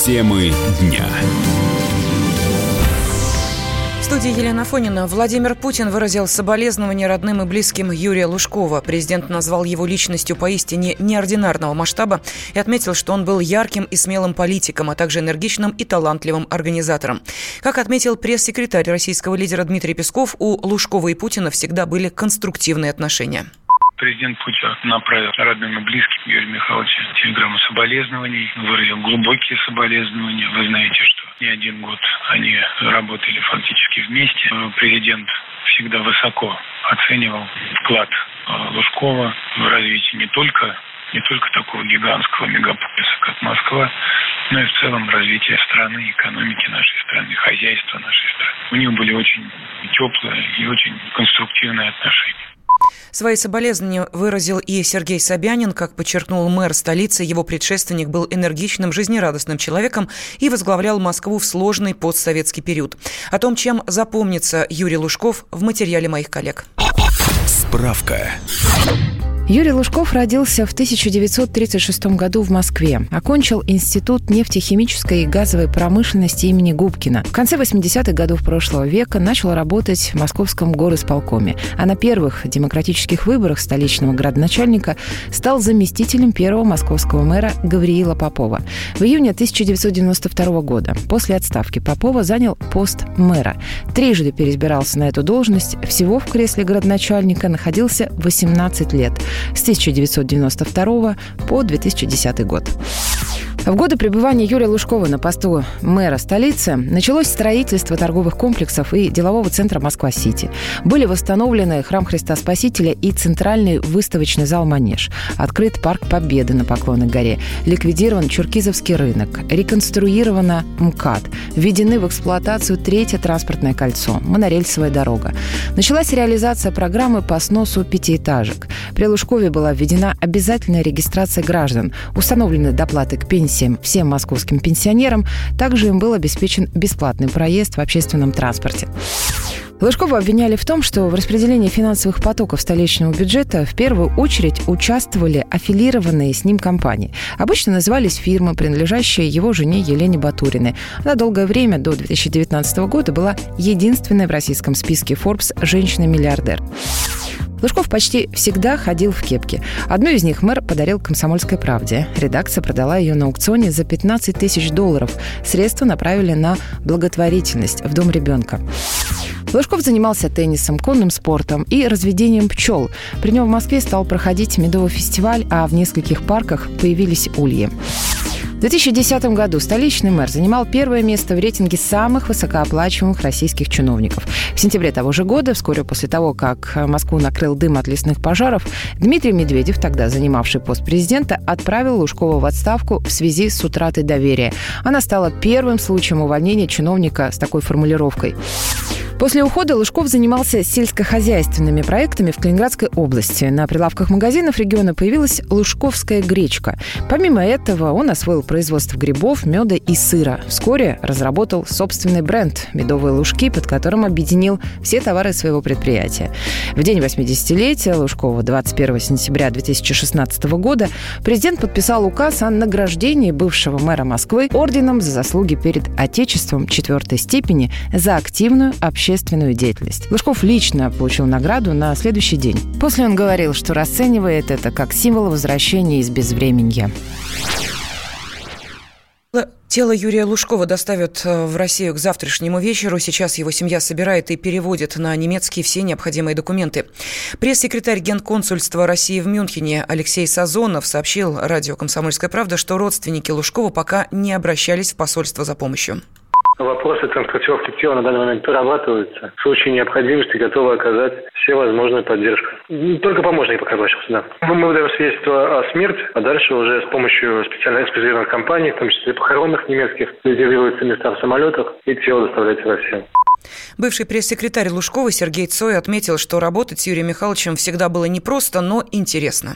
Темы дня. В студии Елена Афонина. Владимир Путин выразил соболезнования родным и близким Юрия Лужкова. Президент назвал его личностью поистине неординарного масштаба и отметил, что он был ярким и смелым политиком, а также энергичным и талантливым организатором. Как отметил пресс-секретарь российского лидера Дмитрий Песков, у Лужкова и Путина всегда были конструктивные отношения. Президент Путин направил родным и близким Юрию Михайловичу телеграмму соболезнований, выразил глубокие соболезнования. Вы знаете, что не один год они работали фактически вместе. Президент всегда высоко оценивал вклад Лужкова в развитие не только такого гигантского мегаполиса, как Москва, но и в целом развитие страны, экономики нашей страны, хозяйства нашей страны. У них были очень теплые и очень конструктивные отношения. Свои соболезнования выразил и Сергей Собянин. Как подчеркнул мэр столицы, его предшественник был энергичным, жизнерадостным человеком и возглавлял Москву в сложный постсоветский период. О том, чем запомнится Юрий Лужков, в материале моих коллег. Справка. Юрий Лужков родился в 1936 году в Москве. Окончил Институт нефтехимической и газовой промышленности имени Губкина. В конце 80-х годов прошлого века начал работать в Московском горисполкоме, а на первых демократических выборах столичного градоначальника стал заместителем первого московского мэра Гавриила Попова. В июне 1992 года после отставки Попова занял пост мэра. Трижды переизбирался на эту должность. Всего в кресле градоначальника находился 18 лет. С 1992 по 2010 год. В годы пребывания Юрия Лужкова на посту мэра столицы началось строительство торговых комплексов и делового центра Москва-Сити. Были восстановлены храм Христа Спасителя и центральный выставочный зал «Манеж». Открыт парк Победы на Поклонной горе. Ликвидирован Чуркизовский рынок. Реконструирована МКАД. Введены в эксплуатацию третье транспортное кольцо. Монорельсовая дорога. Началась реализация программы по сносу пятиэтажек. При Лужкове была введена обязательная регистрация граждан. Установлены доплаты к пенсии всем московским пенсионерам. Также им был обеспечен бесплатный проезд в общественном транспорте. Лужкова обвиняли в том, что в распределении финансовых потоков столичного бюджета в первую очередь участвовали аффилированные с ним компании. Обычно назывались фирмы, принадлежащие его жене Елене Батуриной. Она долгое время, до 2019 года, была единственной в российском списке Forbes женщиной-миллиардер. Лужков почти всегда ходил в кепке. Одну из них мэр подарил «Комсомольской правде». Редакция продала ее на аукционе за $15 тысяч. Средства направили на благотворительность в Дом ребенка. Лужков занимался теннисом, конным спортом и разведением пчел. При нем в Москве стал проходить медовый фестиваль, а в нескольких парках появились ульи. В 2010 году столичный мэр занимал первое место в рейтинге самых высокооплачиваемых российских чиновников. В сентябре того же года, вскоре после того, как Москву накрыл дым от лесных пожаров, Дмитрий Медведев, тогда занимавший пост президента, отправил Лужкова в отставку в связи с утратой доверия. Она стала первым случаем увольнения чиновника с такой формулировкой. После ухода Лужков занимался сельскохозяйственными проектами в Калининградской области. На прилавках магазинов региона появилась лужковская гречка. Помимо этого, он освоил производство грибов, меда и сыра. Вскоре разработал собственный бренд «Медовые лужки», под которым объединил все товары своего предприятия. В день 80-летия Лужкова, 21 сентября 2016 года, президент подписал указ о награждении бывшего мэра Москвы орденом за заслуги перед Отечеством 4-й степени за активную общественную деятельность. Лужков лично получил награду на следующий день. После он говорил, что расценивает это как символ возвращения из безвременья. Тело Юрия Лужкова доставят в Россию к завтрашнему вечеру. Сейчас его семья собирает и переводит на немецкий все необходимые документы. Пресс-секретарь Генконсульства России в Мюнхене Алексей Сазонов сообщил радио «Комсомольская правда», что родственники Лужкова пока не обращались в посольство за помощью. Вопросы транспортировки тела на данный момент прорабатываются. В случае необходимости готовы оказать все возможную поддержку. Только помощник пока обращался, да. Мы выдаем свидетельство о смерти, а дальше уже с помощью специально эксклюзивных компаний, в том числе похоронных немецких, резервируются места в самолетах и тело доставляется в Россию. Бывший пресс-секретарь Лужкова Сергей Цой отметил, что работать с Юрием Михайловичем всегда было непросто, но интересно.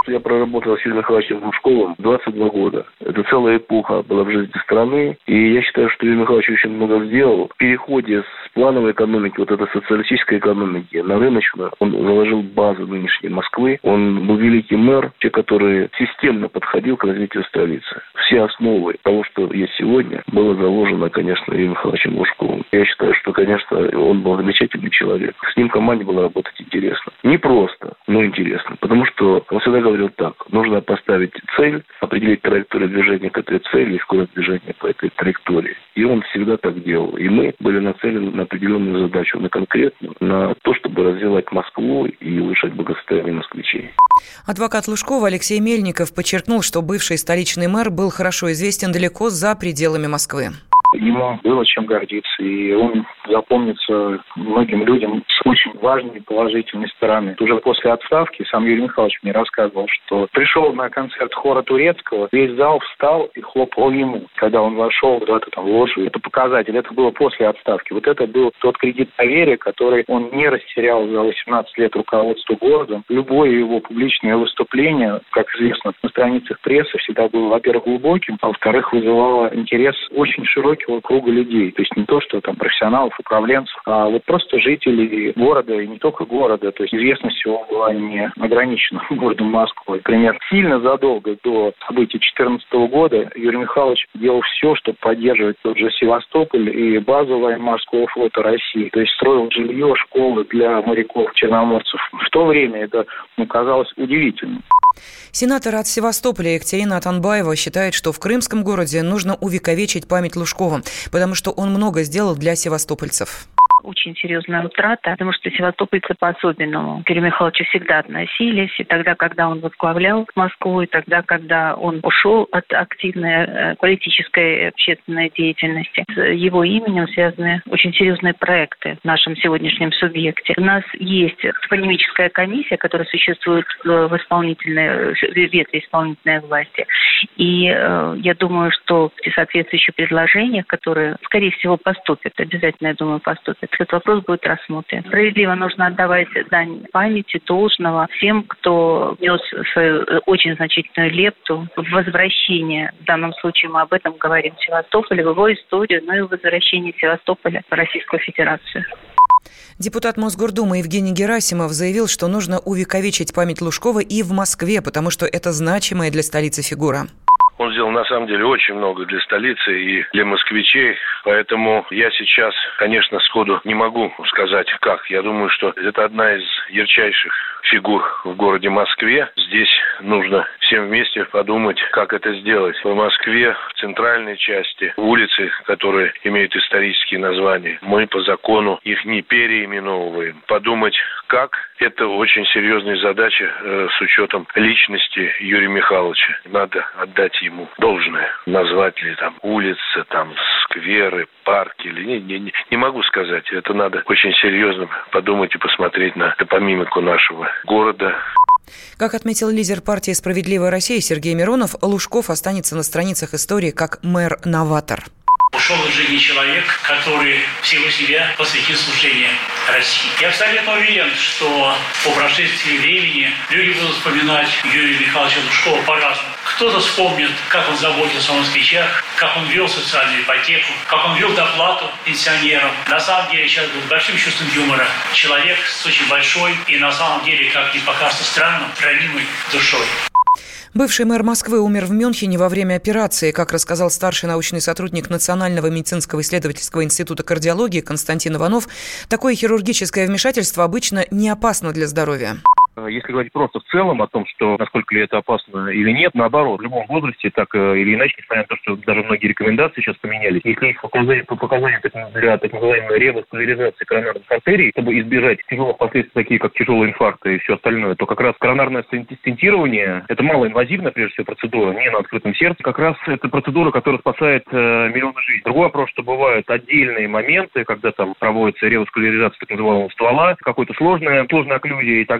Я проработал с Юрием Михайловичем Лужковым 22 года. Это целая эпоха была в жизни страны. И я считаю, что Юрий Михайлович очень много сделал. В переходе с плановой экономики, вот этой социалистической экономики, на рыночную, он заложил базу нынешней Москвы. Он был великий мэр, те, который системно подходил к развитию столицы. Все основы того, что есть сегодня, было заложено, конечно, Юрием Михайловичем Лужковым. Я считаю, что, конечно, он был замечательный человек. С ним в команде было работать интересно. Не просто, но интересно. Потому что он всегда говорил так: нужно поставить цель, определить траекторию движения к этой цели и скорость движения по этой траектории. И он всегда так делал. И мы были нацелены на определенную задачу, на конкретную, на то, чтобы развивать Москву и улучшать благосостояние москвичей. Адвокат Лужкова Алексей Мельников подчеркнул, что бывший столичный мэр был хорошо известен далеко за пределами Москвы. Ему было чем гордиться, и он запомнится многим людям с очень важной положительной стороны. Уже после отставки сам Юрий Михайлович мне рассказывал, что пришел на концерт хора турецкого, весь зал встал и хлопал ему, когда он вошел куда-то там в ложу. Это показатель, это было после отставки. Вот это был тот кредит доверия, который он не растерял за 18 лет руководства городом. Любое его публичное выступление, как известно, на страницах прессы всегда было, во-первых, глубоким, а во-вторых, вызывало интерес очень широкий круга людей. То есть не то, что там профессионалов, управленцев, а вот просто жителей города, и не только города. То есть известность его была не ограничена городом Москвы. Например, сильно задолго до событий 2014 года Юрий Михайлович делал все, чтобы поддерживать тот же Севастополь и базу военно-морского флота России. То есть строил жилье, школы для моряков, черноморцев. В то время это казалось удивительным. Сенатор от Севастополя Екатерина Атанбаева считает, что в крымском городе нужно увековечить память Лужкова, потому что он много сделал для севастопольцев. Очень серьезная утрата, потому что севастопольцы по-особенному к Юрию Михайловичу всегда относились. И тогда, когда он возглавлял Москву, и тогда, когда он ушел от активной политической и общественной деятельности, с его именем связаны очень серьезные проекты в нашем сегодняшнем субъекте. У нас есть топонимическая комиссия, которая существует в исполнительной ветви исполнительной власти. И я думаю, что при соответствующих предложениях, которые, скорее всего, поступят, обязательно, я думаю, поступят, этот вопрос будет рассмотрен. Справедливо нужно отдавать дань памяти должного всем, кто внес свою очень значительную лепту в возвращение, в данном случае мы об этом говорим, Севастополя, в его историю, но и в возвращение Севастополя в Российскую Федерацию. Депутат Мосгордумы Евгений Герасимов заявил, что нужно увековечить память Лужкова и в Москве, потому что это значимая для столицы фигура. Он сделал, на самом деле, очень много для столицы и для москвичей, поэтому я сейчас, конечно, сходу не могу сказать, как. Я думаю, что это одна из ярчайших фигур в городе Москве. Здесь нужно всем вместе подумать, как это сделать. В Москве, в центральной части, улицы, которые имеют исторические названия, мы по закону их не переименовываем. Подумать, как, это очень серьезная задача с учетом личности Юрия Михайловича. Надо отдать ему должное. Назвать ли там улицы, там скверы, парки или не могу сказать. Это надо очень серьезно подумать и посмотреть на топонимику нашего города. Как отметил лидер партии «Справедливая Россия» Сергей Миронов, Лужков останется на страницах истории как мэр-новатор. Ушел из жизни человек, который всего себя посвятил служению России. Я абсолютно уверен, что по прошествии времени люди будут вспоминать Юрия Михайловича Лужкова по-разному. Кто-то вспомнит, как он заботился о москвичах, как он вел социальную ипотеку, как он вел доплату пенсионерам. На самом деле, сейчас был с большим чувством юмора. Человек с очень большой и, на самом деле, как ни покажется странным, ранимой душой. Бывший мэр Москвы умер в Мюнхене во время операции. Как рассказал старший научный сотрудник Национального медицинского исследовательского института кардиологии Константин Иванов, такое хирургическое вмешательство обычно не опасно для здоровья. Если говорить просто в целом о том, что насколько ли это опасно или нет, наоборот, в любом возрасте, так или иначе, несмотря на то, что даже многие рекомендации сейчас поменялись, если есть показания для так называемой реваскуляризации коронарных артерий, чтобы избежать тяжелых последствий, такие как тяжелый инфаркт и все остальное, то как раз коронарное стентирование – это малоинвазивная, прежде всего, процедура, не на открытом сердце. Как раз это процедура, которая спасает миллионы жизней. Другой вопрос, что бывают отдельные моменты, когда там проводится реваскуляризация так называемого ствола, какой-то сложная окклюзия и так далее.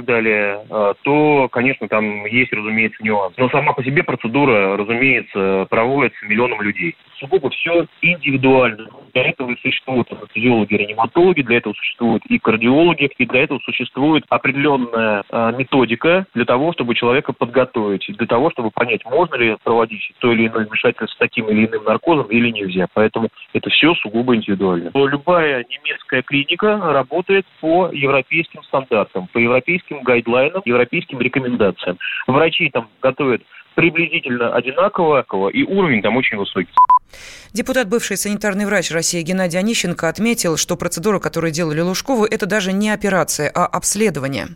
далее, то, конечно, там есть, разумеется, нюансы. Но сама по себе процедура, разумеется, проводится миллионом людей. Сугубо все индивидуально. Для этого и существуют анестезиологи-реаниматологи, для этого существуют и кардиологи, и для этого существует определенная методика для того, чтобы человека подготовить, для того, чтобы понять, можно ли проводить то или иное вмешательство с таким или иным наркозом или нельзя. Поэтому это все сугубо индивидуально. Любая немецкая клиника работает по европейским стандартам, по европейским гайдлайнам, европейским рекомендациям. Врачи там готовят приблизительно одинаково, и уровень там очень высокий. Депутат, бывший санитарный врач России Геннадий Онищенко отметил, что процедура, которую делали Лужкову, это даже не операция, а обследование.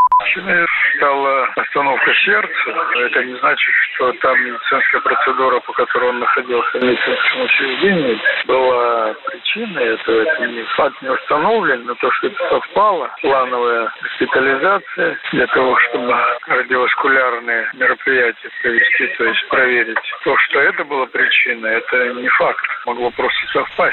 Стала остановка сердца. Это не значит, что там медицинская процедура, по которой он находился в медицинском учреждении, была причиной этого. Это не факт не установлен, но то, что это совпало, плановая госпитализация для того, чтобы кардиоваскулярные мероприятия провести, то есть проверить то, что это было причиной, это не факт. Могло просто совпасть.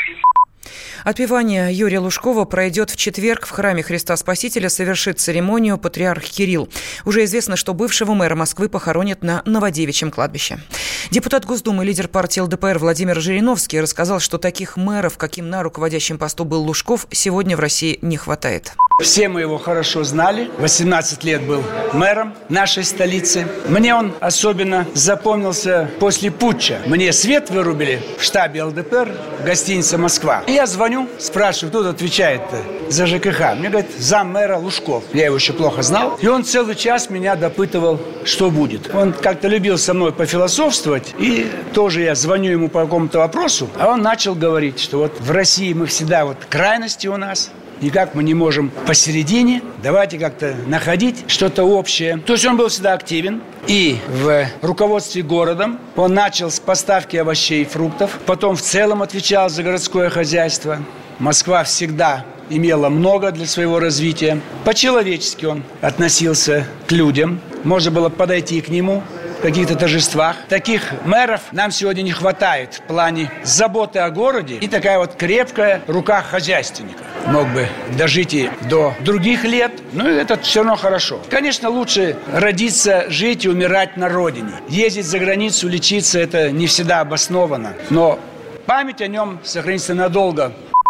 Отпевание Юрия Лужкова пройдет в четверг в храме Христа Спасителя, совершит церемонию патриарх Кирилл. Уже известно, что бывшего мэра Москвы похоронят на Новодевичьем кладбище. Депутат Госдумы, лидер партии ЛДПР Владимир Жириновский рассказал, что таких мэров, каким на руководящем посту был Лужков, сегодня в России не хватает. Все мы его хорошо знали. 18 лет был мэром нашей столицы. Мне он особенно запомнился после путча. Мне свет вырубили в штабе ЛДПР в гостинице «Москва». И я звоню, спрашиваю, кто отвечает-то за ЖКХ. Мне говорит, заммэра Лужков. Я его еще плохо знал. И он целый час меня допытывал, что будет. Он как-то любил со мной пофилософствовать. И тоже я звоню ему по какому-то вопросу. А он начал говорить, что вот в России мы всегда вот крайности у нас. Никак мы не можем посередине. Давайте как-то находить что-то общее. То есть он был всегда активен. И в руководстве городом он начал с поставки овощей и фруктов. Потом в целом отвечал за городское хозяйство. Москва всегда имела много для своего развития. По-человечески он относился к людям. Можно было подойти к нему в каких-то торжествах. Таких мэров нам сегодня не хватает в плане заботы о городе и такая вот крепкая рука хозяйственника. Мог бы дожить и до других лет, но это все равно хорошо. Конечно, лучше родиться, жить и умирать на родине. Ездить за границу, лечиться – это не всегда обосновано, но память о нем сохранится надолго.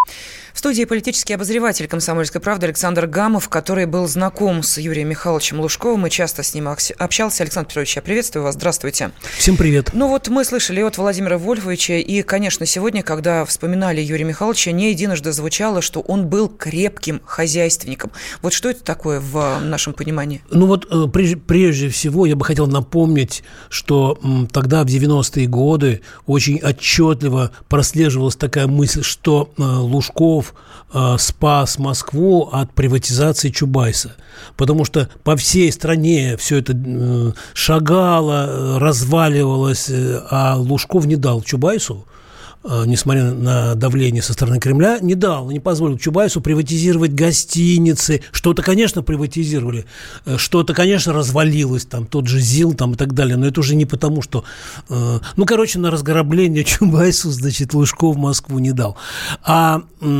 В студии политический обозреватель «Комсомольской правды» Александр Гамов, который был знаком с Юрием Михайловичем Лужковым и часто с ним общался. Александр Петрович, я приветствую вас. Здравствуйте. Всем привет. Ну вот мы слышали от Владимира Вольфовича, и, конечно, сегодня, когда вспоминали Юрия Михайловича, не единожды звучало, что он был крепким хозяйственником. Вот что это такое в нашем понимании? Ну вот прежде всего я бы хотел напомнить, что тогда, в 90-е годы, очень отчетливо прослеживалась такая мысль, что Лужков спас Москву от приватизации Чубайса. Потому что по всей стране все это шагало, разваливалось, а Лужков не дал Чубайсу, несмотря на давление со стороны Кремля, не позволил Чубайсу приватизировать гостиницы. Что-то, конечно, приватизировали, что-то, конечно, развалилось, там, тот же ЗИЛ там, и так далее, но это уже не потому, что... на разграбление Чубайсу, значит, Лужков Москву не дал. А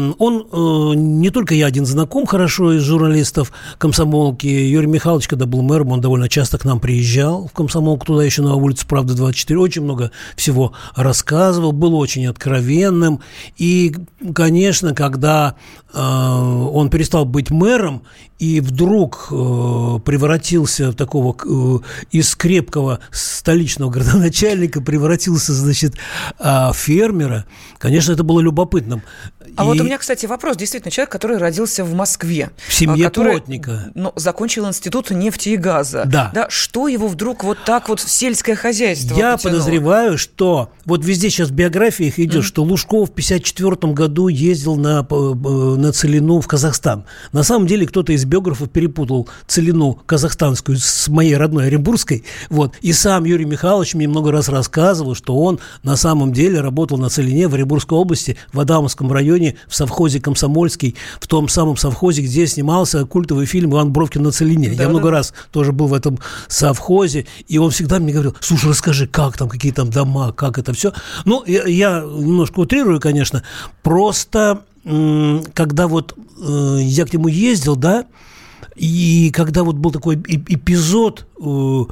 он, не только я один знаком хорошо из журналистов комсомолки, Юрий Михайлович, когда был мэром, он довольно часто к нам приезжал в комсомолку, туда еще на улицу Правды 24, очень много всего рассказывал, был очень откровенным. И, конечно, когда он перестал быть мэром и вдруг превратился в такого из крепкого столичного градоначальника, превратился, значит, в фермера, конечно, это было любопытным. Вот у меня, кстати, вопрос. Действительно, человек, который родился в Москве. В семье плотника. Закончил институт нефти и газа. Да. Что его вдруг вот так вот в сельское хозяйство Я потянуло? Подозреваю, что вот везде сейчас в биографиях идет, что Лужков в 1954 году ездил на целину в Казахстан. На самом деле кто-то из биографов перепутал целину казахстанскую с моей родной оренбургской. Вот. И сам Юрий Михайлович мне много раз рассказывал, что он на самом деле работал на целине в Оренбургской области, в Адамовском районе, в совхозе «Комсомольский», в том самом совхозе, где снимался культовый фильм «Иван Бровкин на целине». Я много раз тоже был в этом совхозе, и он всегда мне говорил: слушай, расскажи, как там, какие там дома, как это все. Ну, я немножко утрирую, конечно, просто когда вот я к нему ездил, да, И когда вот был такой эпизод, он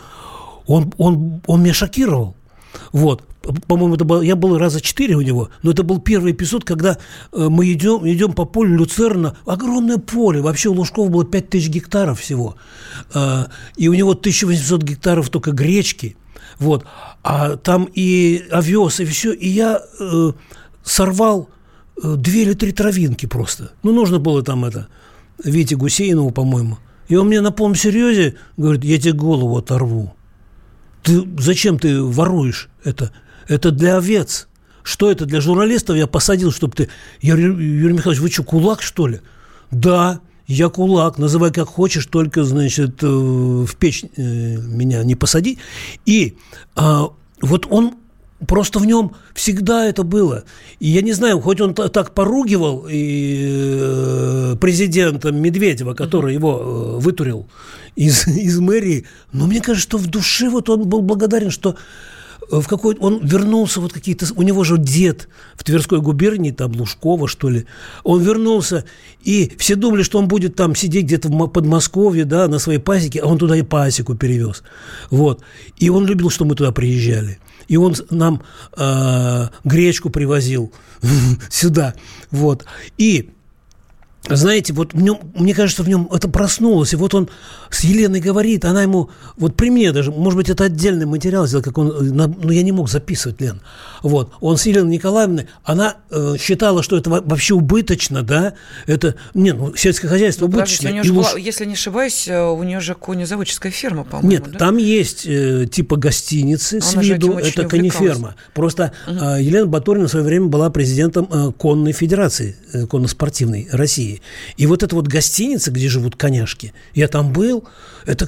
меня шокировал. Вот. По-моему, это было, я был раза 4 у него, но это был первый эпизод, когда мы идем по полю Люцерна, огромное поле, вообще у Лужкова было 5000 гектаров всего, и у него 1800 гектаров только гречки, вот, а там и овес, и все, и я сорвал 2 или 3 травинки просто, нужно было там Вите Гусейнову, по-моему, и он мне на полном серьезе говорит, я тебе голову оторву. Зачем ты воруешь это? Это для овец. Что это? Для журналистов я посадил, чтобы ты... Юрий Михайлович, вы что, кулак, что ли? Да, я кулак. Называй как хочешь, только, значит, в печь меня не посади. И вот он... Просто в нем всегда это было. И я не знаю, хоть он так поругивал и президента Медведева, который его вытурил из мэрии, но мне кажется, что в душе вот он был благодарен, что в какой он вернулся, вот какие-то... У него же дед в Тверской губернии, там Лужкова, что ли, он вернулся, и все думали, что он будет там сидеть где-то в Подмосковье, да, на своей пасеке, а он туда и пасеку перевез. Вот. И он любил, что мы туда приезжали. И он нам гречку привозил сюда. Вот. И, знаете, вот в нем, мне кажется, в нем это проснулось. И вот он с Еленой говорит, она ему, вот при мне даже, может быть, это отдельный материал сделал, как он, я не мог записывать, Лен. Вот. Он с Еленой Николаевной, она считала, что это вообще убыточно, да, это, сельское хозяйство убыточно. У нее же была, если не ошибаюсь, у нее же конезаводческая ферма, по-моему. Нет, да? Там есть типа гостиницы с виду, это конеферма. Просто Елена Батурина в свое время была президентом конной федерации, конно-спортивной России. И вот эта вот гостиница, где живут коняшки, я там был, это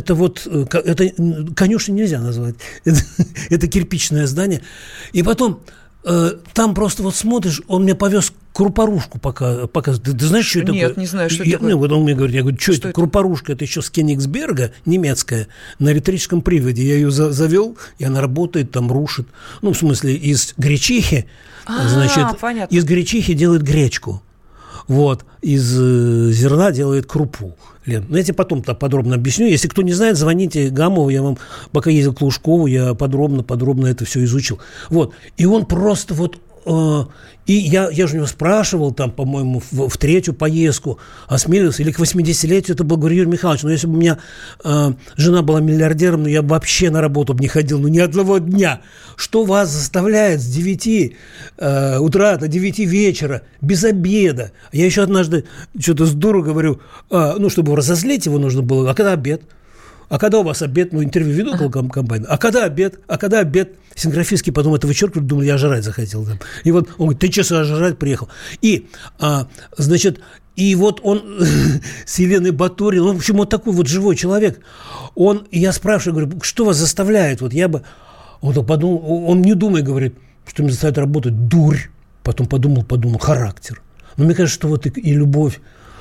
конюшню нельзя назвать, это кирпичное здание. И потом там просто вот смотришь, он мне повез крупорушку показывает. Ты знаешь, что это такое? Нет, не знаю, что это такое. Вот он мне говорит, я говорю, что это? Крупорушка, это еще с Кенигсберга, немецкая, на электрическом приводе. Я ее завел, и она работает, там рушит. В смысле, из гречихи, понятно. Из гречихи делает гречку. Вот, из зерна делает крупу. Лен, я тебе потом подробно объясню. Если кто не знает, звоните Гамову. Я вам, пока ездил к Лужкову, я подробно это все изучил. Вот, и он просто вот... И я же у него спрашивал, там, по-моему, в 3-ю поездку осмелился, или к 80-летию это был, говорю, Юрий Михайлович, если бы у меня жена была миллиардером, я бы вообще на работу не ходил, ни одного дня. Что вас заставляет с 9 утра до 9 вечера, без обеда? Я еще однажды что-то с дуру говорю, чтобы разозлить его нужно было, а когда обед? А когда у вас обед? Интервью веду комбайн. А когда обед? Синхрофистский потом это вычеркивают, думали, я жрать захотел. И вот он говорит, ты что, жрать приехал? И, и вот он с Еленой Батуриной, в общем, вот такой вот живой человек. Я спрашиваю, говорю, что вас заставляет? Вот я бы... Он подумал, он не думая говорит, что меня заставляет работать, дурь. Потом подумал, характер. Но мне кажется, что вот и любовь...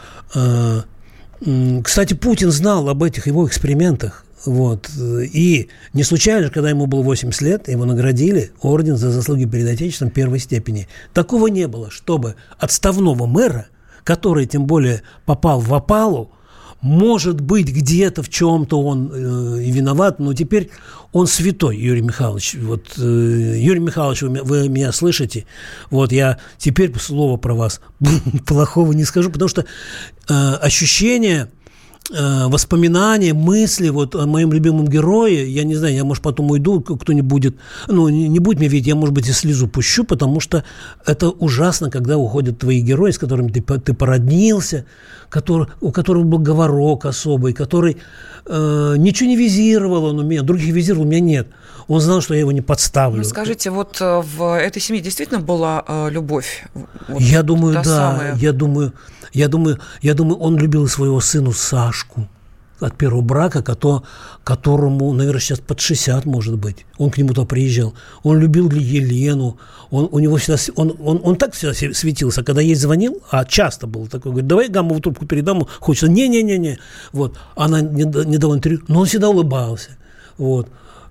Кстати, Путин знал об этих его экспериментах. Вот. И не случайно, когда ему было 80 лет, его наградили орден за заслуги перед Отечеством 1 степени. Такого не было, чтобы отставного мэра, который, тем более, попал в опалу, может быть, где-то в чем-то он и виноват, но теперь он святой, Юрий Михайлович. Вот, Юрий Михайлович, вы меня слышите? Вот я теперь слова про вас плохого не скажу, потому что ощущение, воспоминания, мысли вот о моем любимом герое, я не знаю, я, может, потом уйду, кто-нибудь будет, не будет меня видеть, я, может быть, и слезу пущу, потому что это ужасно, когда уходят твои герои, с которыми ты породнился, у которого был говорок особый, который ничего не визировал он у меня, других визировал у меня нет. Он знал, что я его не подставлю. Скажите, вот в этой семье действительно была любовь? Вот я думаю, да. Самая... Я думаю, он любил своего сына Сашку от первого брака, которому, наверное, сейчас под 60, может быть. Он к нему туда приезжал. Он любил Елену. У него всегда... Он так всегда светился. А когда ей звонил, а часто было такое, говорит, давай Гамову трубку передам. Хочется, не-не-не. Вот. Она не дала интервью, но он всегда улыбался. Вот.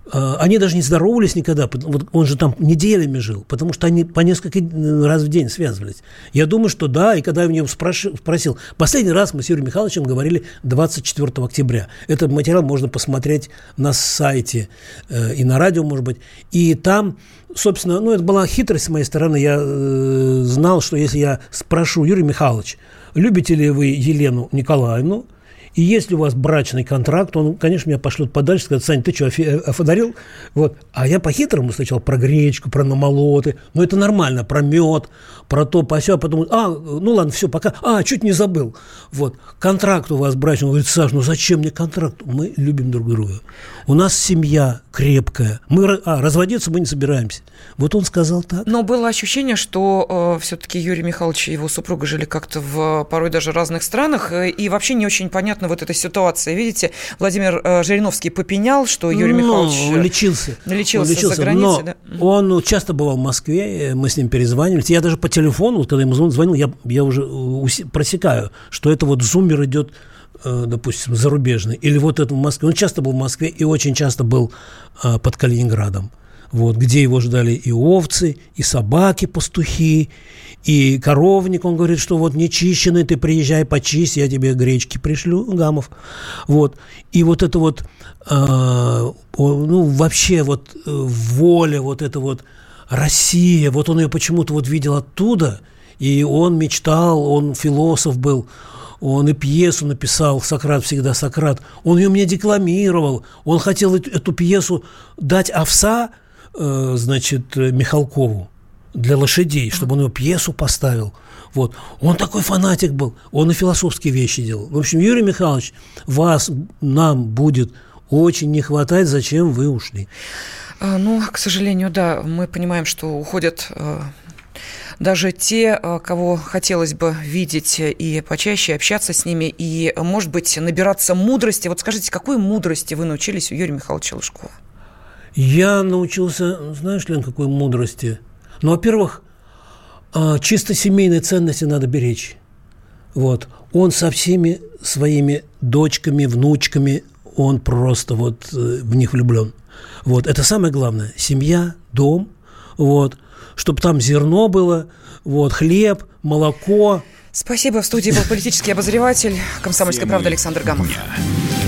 Они даже не здоровались никогда, вот он же там неделями жил, потому что они по несколько раз в день связывались. Я думаю, что да, и когда я у него спросил, последний раз мы с Юрием Михайловичем говорили 24 октября. Этот материал можно посмотреть на сайте и на радио, может быть, и там, собственно, это была хитрость с моей стороны, я знал, что если я спрошу: Юрий Михайлович, любите ли вы Елену Николаевну? И если у вас брачный контракт, он, конечно, меня пошлет подальше, скажет: Сань, ты что, офодарил? Вот. А я по-хитрому сначала про гречку, про намолоты. Это нормально, про мед, про то, по сё. Потом, ладно, все, пока. Чуть не забыл. Вот. Контракт у вас брачный. Он говорит: Саш, зачем мне контракт? Мы любим друг друга. У нас семья крепкая. Разводиться мы не собираемся. Вот он сказал так. Но было ощущение, что все-таки Юрий Михайлович и его супруга жили как-то в порой даже разных странах. И вообще не очень понятно вот эта ситуация. Видите, Владимир Жириновский попенял, что Юрий Михайлович лечился за границей. Но он часто бывал в Москве, мы с ним перезванивались. Я даже по телефону, когда ему звонил, я уже просекаю, что это вот зуммер идет, допустим, зарубежный. Или вот это в Москве. Он часто был в Москве и очень часто был под Калининградом. Вот, где его ждали и овцы, и собаки, пастухи, и коровник. Он говорит, что вот нечищенный, ты приезжай, почисть, я тебе гречки пришлю, гамов. Вот. И вот это вот, вообще вот воля, вот это вот Россия, вот он ее почему-то вот видел оттуда, и он мечтал, он философ был, он и пьесу написал «Сократ всегда Сократ», он ее мне декламировал, он хотел эту пьесу дать овса, Михалкову для лошадей, чтобы он его пьесу поставил. Вот. Он такой фанатик был, он и философские вещи делал. В общем, Юрий Михайлович, нам будет очень не хватать, зачем вы ушли. К сожалению, да, мы понимаем, что уходят даже те, кого хотелось бы видеть и почаще общаться с ними, и, может быть, набираться мудрости. Вот скажите, какой мудрости вы научились у Юрия Михайловича Лужкова? Я научился, знаешь, Лен, какой мудрости? Во-первых, чисто семейные ценности надо беречь. Вот. Он со всеми своими дочками, внучками, он просто в них влюблен. Вот. Это самое главное. Семья, дом, вот. Чтобы там зерно было, вот, хлеб, молоко. Спасибо. В студии был политический обозреватель «Комсомольской правды» Александр Гамов.